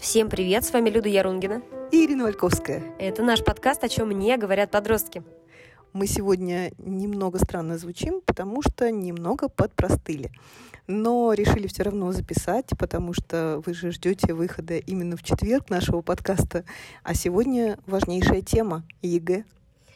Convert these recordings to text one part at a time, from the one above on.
Всем привет, с вами Люда Ярунгина и Ирина Вальковская. Это наш подкаст «О чем не говорят подростки». Мы сегодня немного странно звучим, потому что немного подпростыли. Но решили все равно записать, потому что вы же ждете выхода именно в четверг нашего подкаста. А сегодня важнейшая тема – ЕГЭ.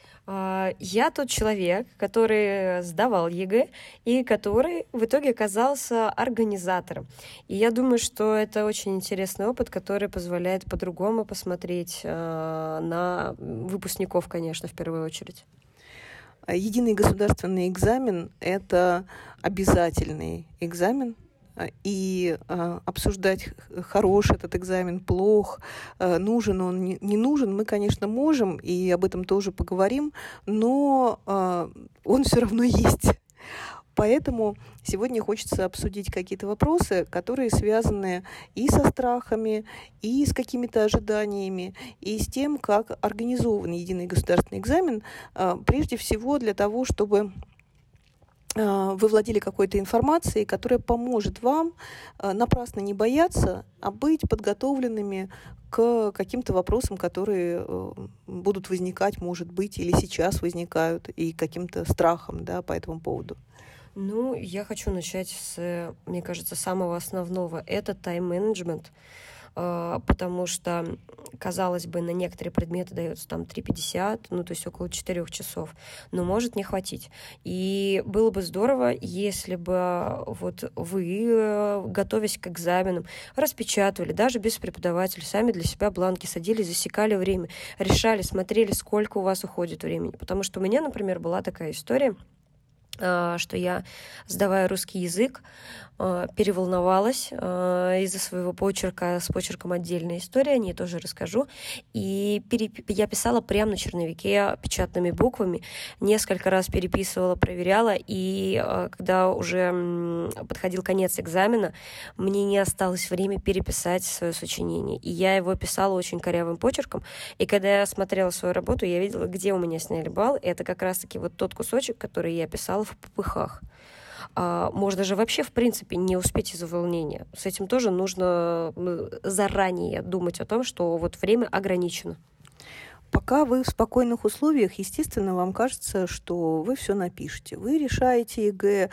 Я тот человек, который сдавал ЕГЭ и который в итоге оказался организатором. И я думаю, что это очень интересный опыт, который позволяет по-другому посмотреть на выпускников, конечно, в первую очередь. Единый государственный экзамен – это обязательный экзамен. И обсуждать, хорош этот экзамен, плох, нужен он, не нужен, мы, конечно, можем, и об этом тоже поговорим, но он все равно есть. Поэтому сегодня хочется обсудить какие-то вопросы, которые связаны и со страхами, и с какими-то ожиданиями, и с тем, как организован единый государственный экзамен, прежде всего для того, чтобы вы владели какой-то информацией, которая поможет вам напрасно не бояться, а быть подготовленными к каким-то вопросам, которые будут возникать, может быть, или сейчас возникают, и каким-то страхом, да, по этому поводу. Я хочу начать с, мне кажется, самого основного. Это тайм-менеджмент, потому что, казалось бы, на некоторые предметы дается там 3,50, то есть около 4 часов, но может не хватить. И было бы здорово, если бы вот вы, готовясь к экзаменам, распечатывали, даже без преподавателя, сами для себя бланки садились, засекали время, решали, смотрели, сколько у вас уходит времени. Потому что у меня, например, была такая история, что я, сдавая русский язык, переволновалась из-за своего почерка, с почерком отдельная история, о ней тоже расскажу. И я писала прямо на черновике печатными буквами, несколько раз переписывала, проверяла, и когда уже подходил конец экзамена, мне не осталось времени переписать свое сочинение. И я его писала очень корявым почерком, и когда я смотрела свою работу, я видела, где у меня сняли балл, и это как раз-таки вот тот кусочек, который я писала в попыхах. Можно же вообще, в принципе, не успеть из-за волнения. С этим тоже нужно заранее думать о том, что вот время ограничено. Пока вы в спокойных условиях, естественно, вам кажется, что вы все напишете. Вы решаете ЕГЭ,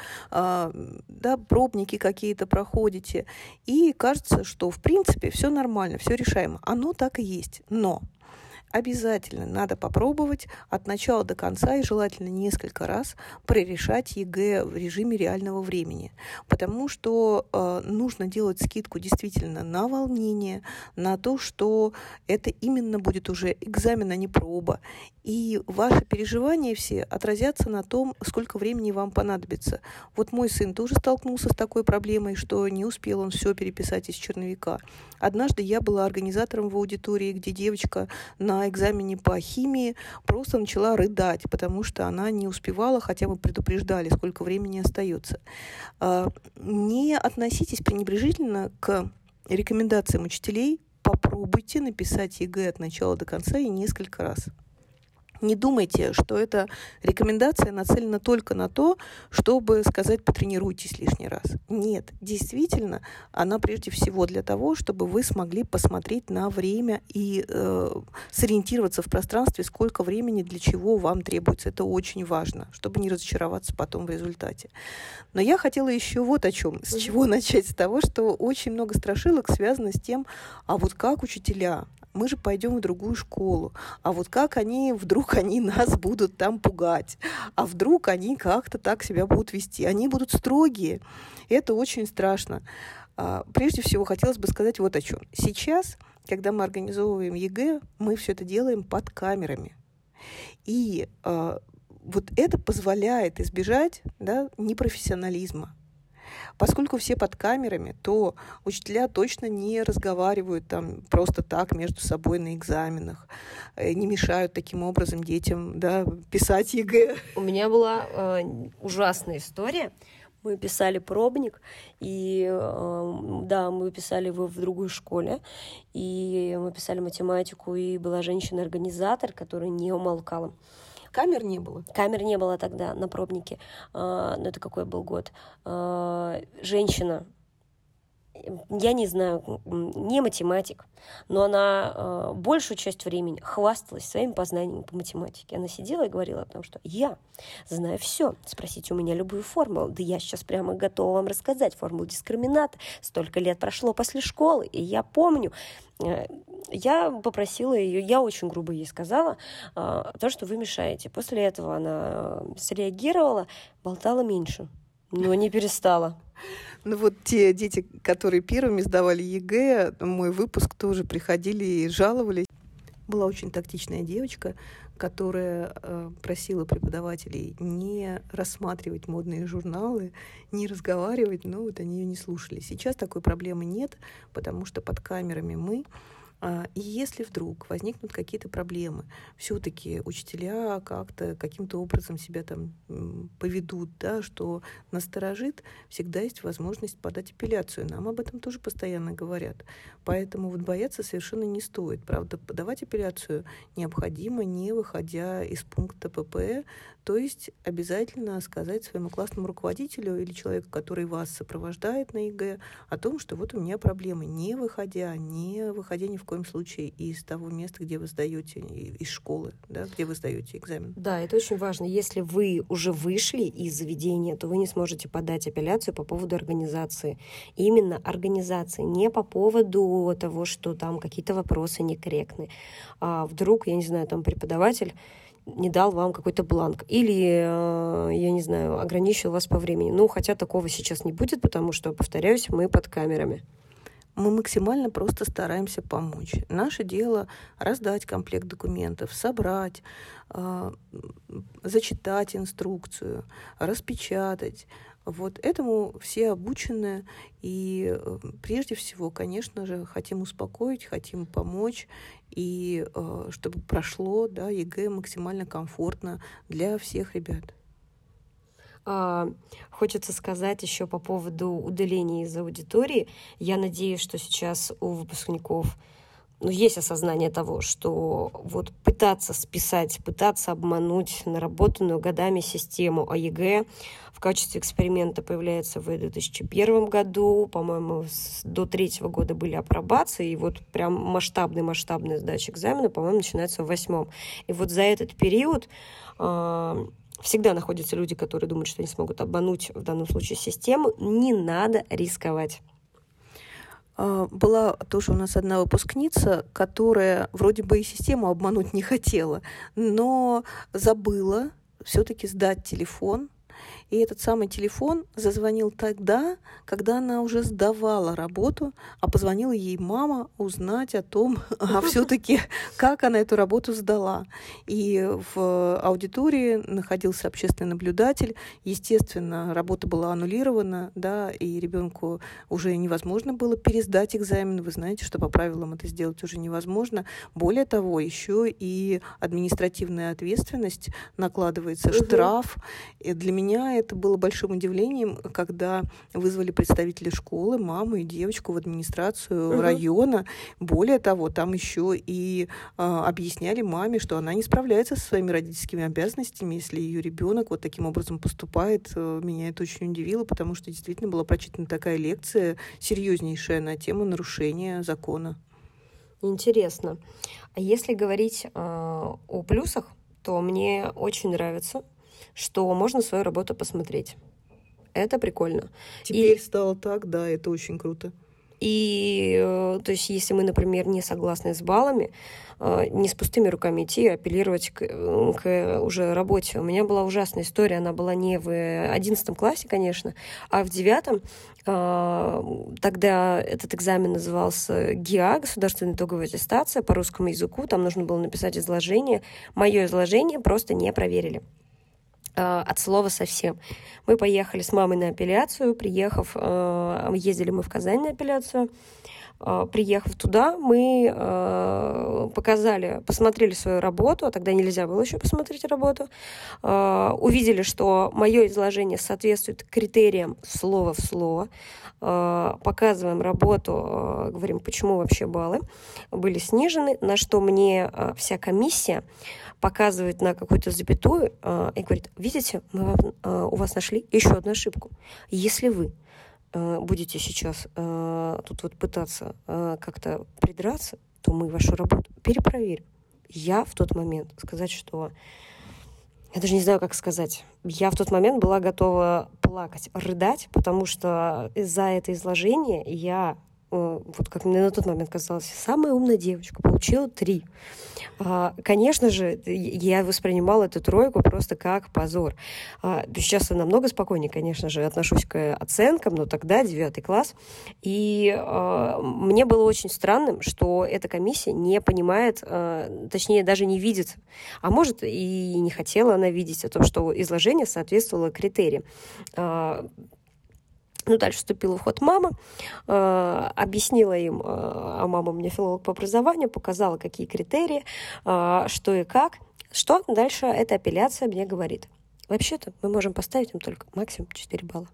пробники какие-то проходите, и кажется, что, в принципе, все нормально, все решаемо. Оно так и есть. Но обязательно надо попробовать от начала до конца и желательно несколько раз прорешать ЕГЭ в режиме реального времени. Потому что нужно делать скидку действительно на волнение, на то, что это именно будет уже экзамен, а не проба. И ваши переживания все отразятся на том, сколько времени вам понадобится. Вот мой сын тоже столкнулся с такой проблемой, что не успел он все переписать из черновика. Однажды я была организатором в аудитории, где девочка на экзамене по химии просто начала рыдать, потому что она не успевала, хотя мы предупреждали, сколько времени остается. Не относитесь пренебрежительно к рекомендациям учителей. Попробуйте написать ЕГЭ от начала до конца и несколько раз. Не думайте, что эта рекомендация нацелена только на то, чтобы сказать «потренируйтесь лишний раз». Нет, действительно, она прежде всего для того, чтобы вы смогли посмотреть на время и сориентироваться в пространстве, сколько времени для чего вам требуется. Это очень важно, чтобы не разочароваться потом в результате. Но я хотела еще вот о чем. С чего начать? С того, что очень много страшилок связано с тем, а вот как учителя, мы же пойдем в другую школу, а вот как вдруг они нас будут там пугать, а вдруг они как-то так себя будут вести, они будут строгие. Это очень страшно. Прежде всего, хотелось бы сказать вот о чем. Сейчас, когда мы организовываем ЕГЭ, мы все это делаем под камерами. И вот это позволяет избежать непрофессионализма. Поскольку все под камерами, то учителя точно не разговаривают там просто так между собой на экзаменах, не мешают таким образом детям писать ЕГЭ. У меня была ужасная история. Мы писали пробник, и мы писали его в другой школе, и мы писали математику, и была женщина-организатор, которая не умолкала. Камер не было? Камер не было тогда на пробнике. Это какой был год? Женщина я не знаю, не математик, но она большую часть времени хвасталась своими познаниями по математике. Она сидела и говорила о том, что я знаю все. Спросите у меня любую формулу. Да я сейчас прямо готова вам рассказать формулу дискримината. Столько лет прошло после школы, и я помню. Я попросила ее, я очень грубо ей сказала, то, что вы мешаете. После этого она среагировала, болтала меньше, но не перестала. Ну вот те дети, которые первыми сдавали ЕГЭ, мой выпуск тоже приходили и жаловались. Была очень тактичная девочка, которая просила преподавателей не рассматривать модные журналы, не разговаривать, но вот они ее не слушали. Сейчас такой проблемы нет, потому что под камерами мы. И если вдруг возникнут какие-то проблемы, все-таки учителя как-то каким-то образом себя там поведут, да, что насторожит, всегда есть возможность подать апелляцию. Нам об этом тоже постоянно говорят. Поэтому вот бояться совершенно не стоит. Правда, подавать апелляцию необходимо, не выходя из пункта ПП, то есть обязательно сказать своему классному руководителю или человеку, который вас сопровождает на ЕГЭ, о том, что вот у меня проблемы, не выходя ни в коем случае из того места, где вы сдаете, из школы, да, где вы сдаете экзамен. Да, это очень важно. Если вы уже вышли из заведения, то вы не сможете подать апелляцию по поводу организации. Именно организации, не по поводу того, что там какие-то вопросы некорректны. А вдруг, я не знаю, там преподаватель не дал вам какой-то бланк или, я не знаю, ограничил вас по времени. Ну, хотя такого сейчас не будет, потому что, повторяюсь, мы под камерами. Мы максимально просто стараемся помочь. Наше дело раздать комплект документов, собрать, зачитать инструкцию, распечатать. Вот этому все обучены. И прежде всего, конечно же, хотим успокоить, хотим помочь. И чтобы прошло, да, ЕГЭ максимально комфортно для всех ребят. Хочется сказать еще по поводу удаления из аудитории. Я надеюсь, что сейчас у выпускников есть осознание того, что вот пытаться списать, пытаться обмануть наработанную годами систему ЕГЭ в качестве эксперимента появляется в 2001 году. По-моему, до 2003 года были апробации, и вот прям масштабная сдача экзамена, по-моему, начинается в 2008. И вот за этот период всегда находятся люди, которые думают, что они смогут обмануть в данном случае систему. Не надо рисковать. Была тоже у нас одна выпускница, которая вроде бы и систему обмануть не хотела, но забыла все-таки сдать телефон. И этот самый телефон зазвонил тогда, когда она уже сдавала работу, а позвонила ей мама узнать о том, все-таки как она эту работу сдала. И в аудитории находился общественный наблюдатель. Естественно, работа была аннулирована, да, и ребенку уже невозможно было пересдать экзамен. Вы знаете, что по правилам это сделать уже невозможно. Более того, еще и административная ответственность накладывается, штраф. И для меня это было большим удивлением, когда вызвали представителей школы, маму и девочку в администрацию района. Более того, там еще и объясняли маме, что она не справляется со своими родительскими обязанностями, если ее ребенок вот таким образом поступает. Меня это очень удивило, потому что действительно была прочитана такая лекция серьезнейшая на тему нарушения закона. Интересно. А если говорить о плюсах, то мне очень нравится, что можно свою работу посмотреть. Это прикольно. Теперь стало так, да, это очень круто. И, то есть, если мы, например, не согласны с баллами, не с пустыми руками идти, а апеллировать к уже работе. У меня была ужасная история, она была не в 11 классе, конечно, а в 9. Тогда этот экзамен назывался ГИА, государственная итоговая аттестация по русскому языку, там нужно было написать изложение. Мое изложение просто не проверили. От слова совсем. Мы поехали с мамой на апелляцию, ездили мы в Казань на апелляцию, приехав туда, мы посмотрели свою работу, а тогда нельзя было еще посмотреть работу, увидели, что мое изложение соответствует критериям слово в слово, показываем работу, говорим, почему вообще баллы были снижены, на что мне вся комиссия показывает на какую-то запятую и говорит, видите, мы у вас нашли еще одну ошибку. Если вы будете сейчас тут вот пытаться как-то придраться, то мы вашу работу перепроверим. Я в тот момент сказать, что... Я даже не знаю, как сказать. Я в тот момент была готова плакать, рыдать, потому что за это изложение я, вот как мне на тот момент казалось, самая умная девочка, получила 3. Конечно же, я воспринимала эту 3 просто как позор. Сейчас я намного спокойнее, конечно же, отношусь к оценкам, но тогда 9 класс. И мне было очень странным, что эта комиссия не понимает, точнее, даже не видит, а может, и не хотела она видеть о том, что изложение соответствовало критериям. Дальше вступила в ход мама, объяснила им, а мама у меня филолог по образованию, показала, какие критерии, что и как. Что дальше эта апелляция мне говорит? Вообще-то мы можем поставить им только максимум 4 балла.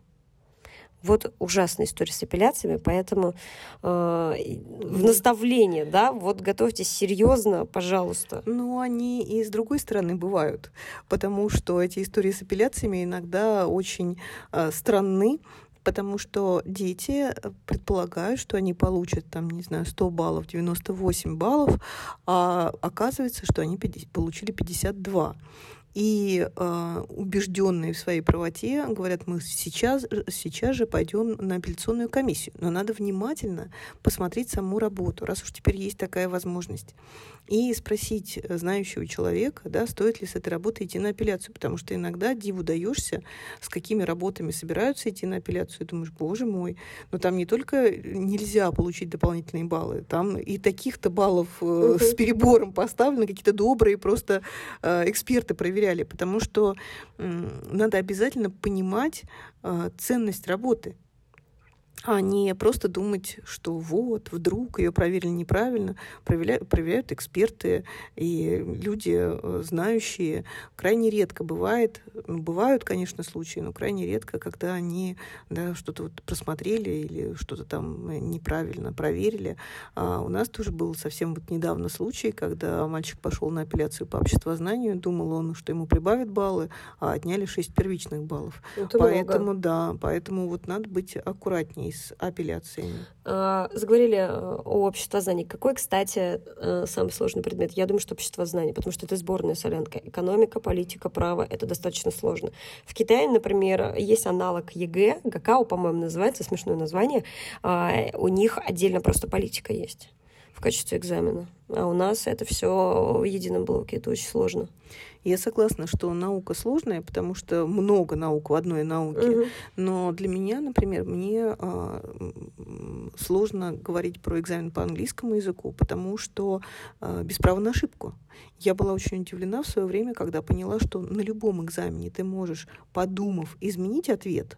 Вот ужасная история с апелляциями, поэтому в наставление, да, вот готовьтесь серьезно, пожалуйста. Ну, они и с другой стороны бывают, потому что эти истории с апелляциями иногда очень странны, потому что дети предполагают, что они получат, 100 баллов, 98 баллов, а оказывается, что они получили 52. И убежденные в своей правоте говорят, мы сейчас же пойдем на апелляционную комиссию. Но надо внимательно посмотреть саму работу, раз уж теперь есть такая возможность. И спросить знающего человека, да, стоит ли с этой работой идти на апелляцию. Потому что иногда диву даешься, с какими работами собираются идти на апелляцию. И думаешь, боже мой, но там не только нельзя получить дополнительные баллы, там и таких-то баллов с перебором поставлены, какие-то добрые просто эксперты проверяли. Потому что надо обязательно понимать ценность работы, а не просто думать, что вот, вдруг ее проверили неправильно. Проверяют эксперты и люди, знающие. Крайне редко бывает, бывают, конечно, случаи, но крайне редко, когда они что-то вот просмотрели или что-то там неправильно проверили. У нас тоже был совсем вот недавно случай, когда мальчик пошел на апелляцию по обществознанию, думал он, что ему прибавят баллы, а отняли 6 первичных баллов. Это поэтому, много. Поэтому вот надо быть аккуратнее с апелляциями. Заговорили о обществознании. Какой, кстати, самый сложный предмет? Я думаю, что обществознание, потому что это сборная солянка. Экономика, политика, право — это достаточно сложно. В Китае, например, есть аналог ЕГЭ, Гакао, по-моему, называется, смешное название. У них отдельно просто политика есть в качестве экзамена. А у нас это все в едином блоке. Это очень сложно. Я согласна, что наука сложная, потому что много наук в одной науке. Но для меня, например, мне сложно говорить про экзамен по английскому языку, потому что без права на ошибку. Я была очень удивлена в свое время, когда поняла, что на любом экзамене ты можешь, подумав, изменить ответ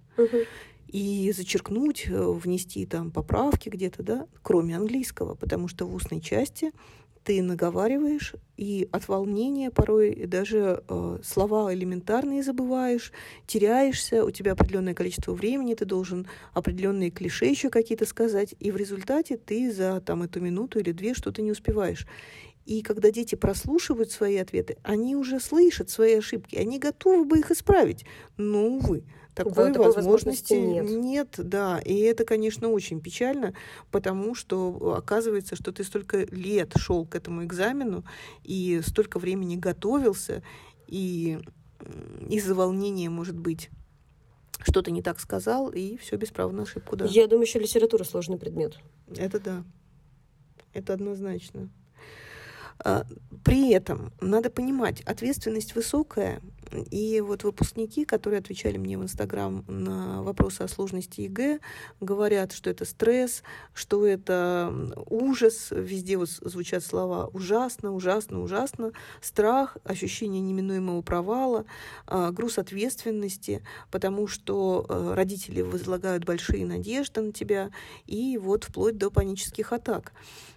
и зачеркнуть, внести там поправки где-то, да, кроме английского, потому что в устной части ты наговариваешь, и от волнения порой даже слова элементарные забываешь, теряешься, у тебя определенное количество времени, ты должен определенные клише еще какие-то сказать, и в результате ты за эту минуту или 2 что-то не успеваешь. И когда дети прослушивают свои ответы, они уже слышат свои ошибки, они готовы бы их исправить, но, увы, такой возможности нет, да. И это, конечно, очень печально, потому что оказывается, что ты столько лет шел к этому экзамену и столько времени готовился, и из-за волнения, может быть, что-то не так сказал, и все без права на ошибку, да. Я думаю, еще литература сложный предмет. Это да. Это однозначно. При этом надо понимать, ответственность высокая, и вот выпускники, которые отвечали мне в Инстаграм на вопросы о сложности ЕГЭ, говорят, что это стресс, что это ужас, везде вот звучат слова ужасно, ужасно, ужасно, страх, ощущение неминуемого провала, груз ответственности, потому что родители возлагают большие надежды на тебя, и вот вплоть до панических атак.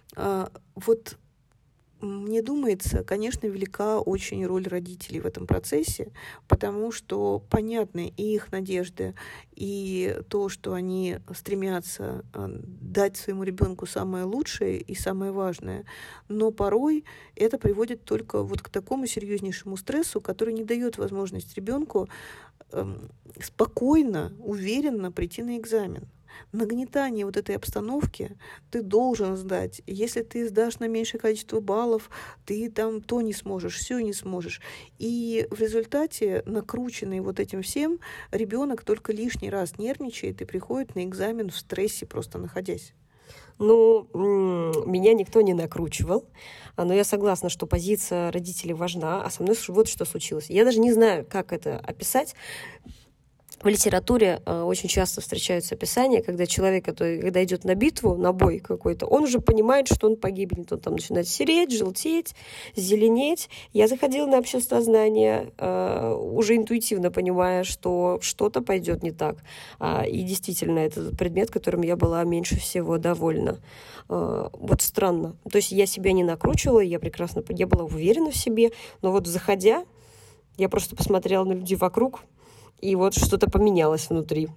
Вот мне думается, конечно, велика очень роль родителей в этом процессе, потому что понятны и их надежды, и то, что они стремятся дать своему ребенку самое лучшее и самое важное, но порой это приводит только вот к такому серьезнейшему стрессу, который не дает возможность ребенку спокойно, уверенно прийти на экзамен. Нагнетание вот этой обстановки ты должен сдать. Если ты сдашь на меньшее количество баллов, ты там то не сможешь, все не сможешь. И в результате, накрученный вот этим всем, ребенок только лишний раз нервничает и приходит на экзамен в стрессе, просто находясь. Ну, меня никто не накручивал, но я согласна, что позиция родителей важна, а со мной вот что случилось. Я даже не знаю, как это описать. В литературе очень часто встречаются описания, когда человек, когда идет на битву, на бой какой-то, он уже понимает, что он погибнет. Он там начинает сереть, желтеть, зеленеть. Я заходила на обществознание, уже интуитивно понимая, что что-то пойдет не так. И действительно, это предмет, которым я была меньше всего довольна. Вот странно. То есть я себя не накручивала, я была уверена в себе, но вот заходя, я просто посмотрела на людей вокруг, и вот что-то поменялось внутри.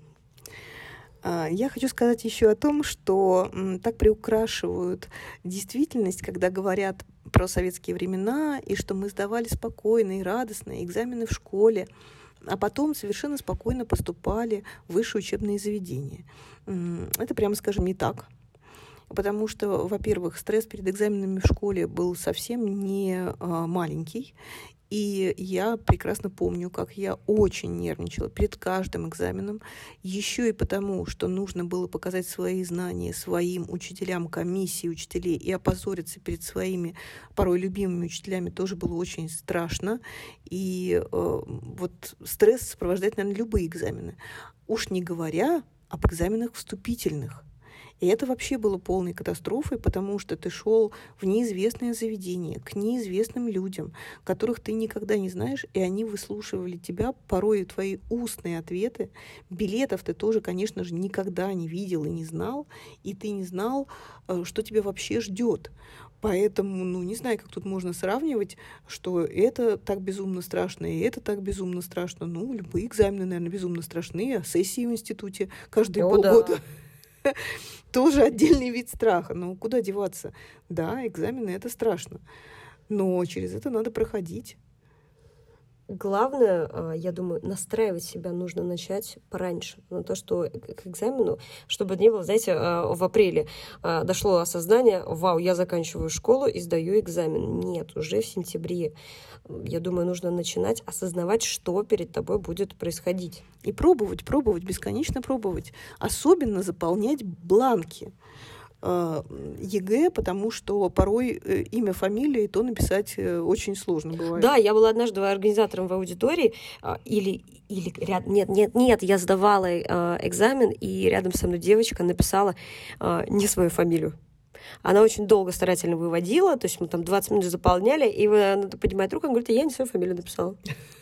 Я хочу сказать еще о том, что так приукрашивают действительность, когда говорят про советские времена, и что мы сдавали спокойно и радостно экзамены в школе, а потом совершенно спокойно поступали в высшие учебные заведения. Это, прямо скажем, не так. Потому что, во-первых, стресс перед экзаменами в школе был совсем не маленький. И я прекрасно помню, как я очень нервничала перед каждым экзаменом, еще и потому, что нужно было показать свои знания своим учителям, комиссии учителей, и опозориться перед своими порой любимыми учителями тоже было очень страшно. И вот стресс сопровождает, наверное, любые экзамены. Уж не говоря об экзаменах вступительных. И это вообще было полной катастрофой, потому что ты шел в неизвестное заведение, к неизвестным людям, которых ты никогда не знаешь, и они выслушивали тебя, порой твои устные ответы. Билетов ты тоже, конечно же, никогда не видел и не знал, и ты не знал, что тебя вообще ждет. Поэтому, не знаю, как тут можно сравнивать, что это так безумно страшно, и это так безумно страшно. Любые экзамены, наверное, безумно страшны, а сессии в институте каждые полгода. Да. Тоже отдельный вид страха. Куда деваться? Да, экзамены — это страшно. Но через это надо проходить. Главное, я думаю, настраивать себя нужно начать пораньше. На то, что к экзамену, чтобы не было, знаете, в апреле дошло осознание: вау, я заканчиваю школу и сдаю экзамен. Нет, уже в сентябре. Я думаю, нужно начинать осознавать, что перед тобой будет происходить. И пробовать, бесконечно пробовать. Особенно заполнять бланки ЕГЭ, потому что порой имя, фамилия, и то написать очень сложно бывает. Да, я была однажды организатором в аудитории, нет, я сдавала экзамен, и рядом со мной девочка написала не свою фамилию. Она очень долго старательно выводила, то есть мы там 20 минут заполняли, и она поднимает руку и говорит: я не свою фамилию написала.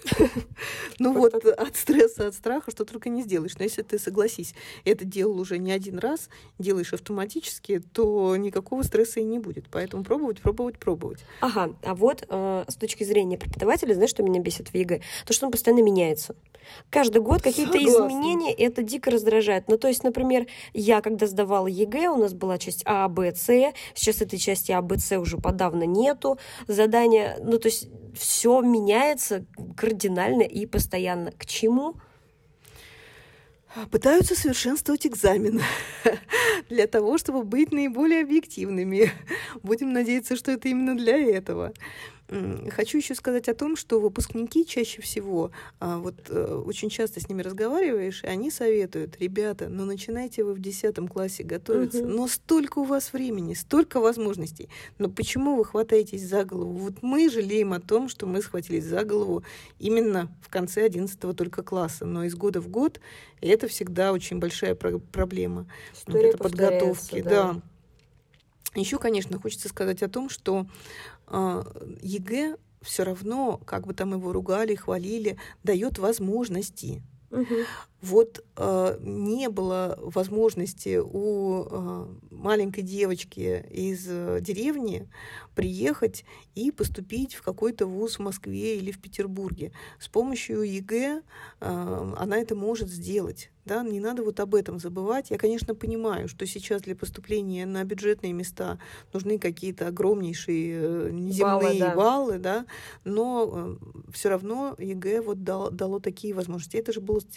От стресса, от страха что только не сделаешь. Но если ты, согласись, это делал уже не один раз, делаешь автоматически, то никакого стресса и не будет. Поэтому пробовать. Ага, а вот с точки зрения преподавателя, знаешь, что меня бесит в ЕГЭ? То, что он постоянно меняется. Каждый год какие-то изменения, это дико раздражает. То есть, например, я, когда сдавала ЕГЭ, у нас была часть А, Б, С. Сейчас этой части А, Б, С уже подавно нету. Задания, то есть все меняется кардинально и постоянно. К чему? Пытаются совершенствовать экзамен для того, чтобы быть наиболее объективными. Будем надеяться, что это именно для этого. Хочу еще сказать о том, что выпускники чаще всего, очень часто с ними разговариваешь, и они советуют: ребята, начинайте вы в 10 классе готовиться, но столько у вас времени, столько возможностей, но почему вы хватаетесь за голову? Вот мы жалеем о том, что мы схватились за голову именно в конце 11 только класса, но из года в год это всегда очень большая проблема. История подготовки. Да. Еще, конечно, хочется сказать о том, что ЕГЭ все равно, как бы там его ругали, хвалили, дает возможности. Вот не было возможности у маленькой девочки из деревни приехать и поступить в какой-то вуз в Москве или в Петербурге. С помощью ЕГЭ она это может сделать. Да, не надо об этом забывать. Я, конечно, понимаю, что сейчас для поступления на бюджетные места нужны какие-то огромнейшие неземные баллы, но все равно ЕГЭ дало такие возможности. Это же было сделано-то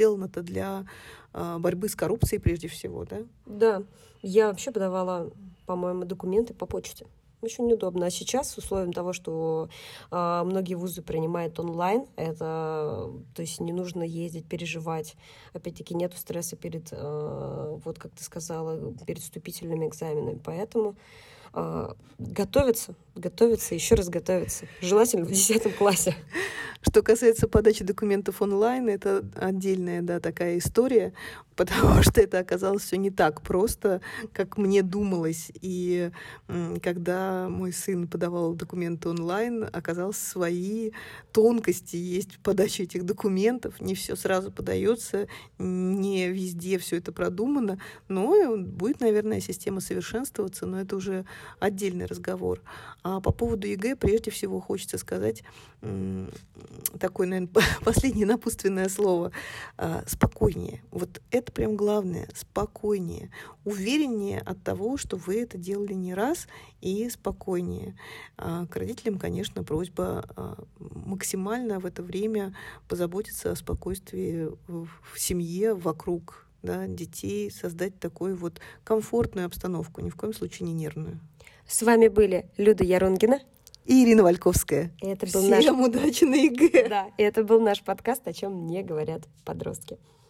для борьбы с коррупцией прежде всего, да? Да, я вообще подавала, по-моему, документы по почте. Очень неудобно. А сейчас, с условием того, что многие вузы принимают онлайн, то есть не нужно ездить, переживать. Опять-таки, нету стресса перед, вот как ты сказала, перед вступительными экзаменами. Поэтому готовиться, еще раз готовиться. Желательно в 10 классе. Что касается подачи документов онлайн, это отдельная, да, такая история, потому что это оказалось все не так просто, как мне думалось. И когда мой сын подавал документы онлайн, оказалось, свои тонкости есть в подаче этих документов. Не все сразу подается, не везде все это продумано, но будет, наверное, система совершенствоваться, но это уже отдельный разговор. А по поводу ЕГЭ прежде всего хочется сказать такое, наверное, последнее напутственное слово. Спокойнее. Вот это прям главное. Спокойнее. Увереннее от того, что вы это делали не раз, и спокойнее. К родителям, конечно, просьба максимально в это время позаботиться о спокойствии в семье, вокруг, да, детей, создать такую вот комфортную обстановку, ни в коем случае не нервную. С вами были Люда Ярунгина и Ирина Вальковская. Это был Всем удачи на ЕГЭ! Да, и это был наш подкаст «О чем не говорят подростки».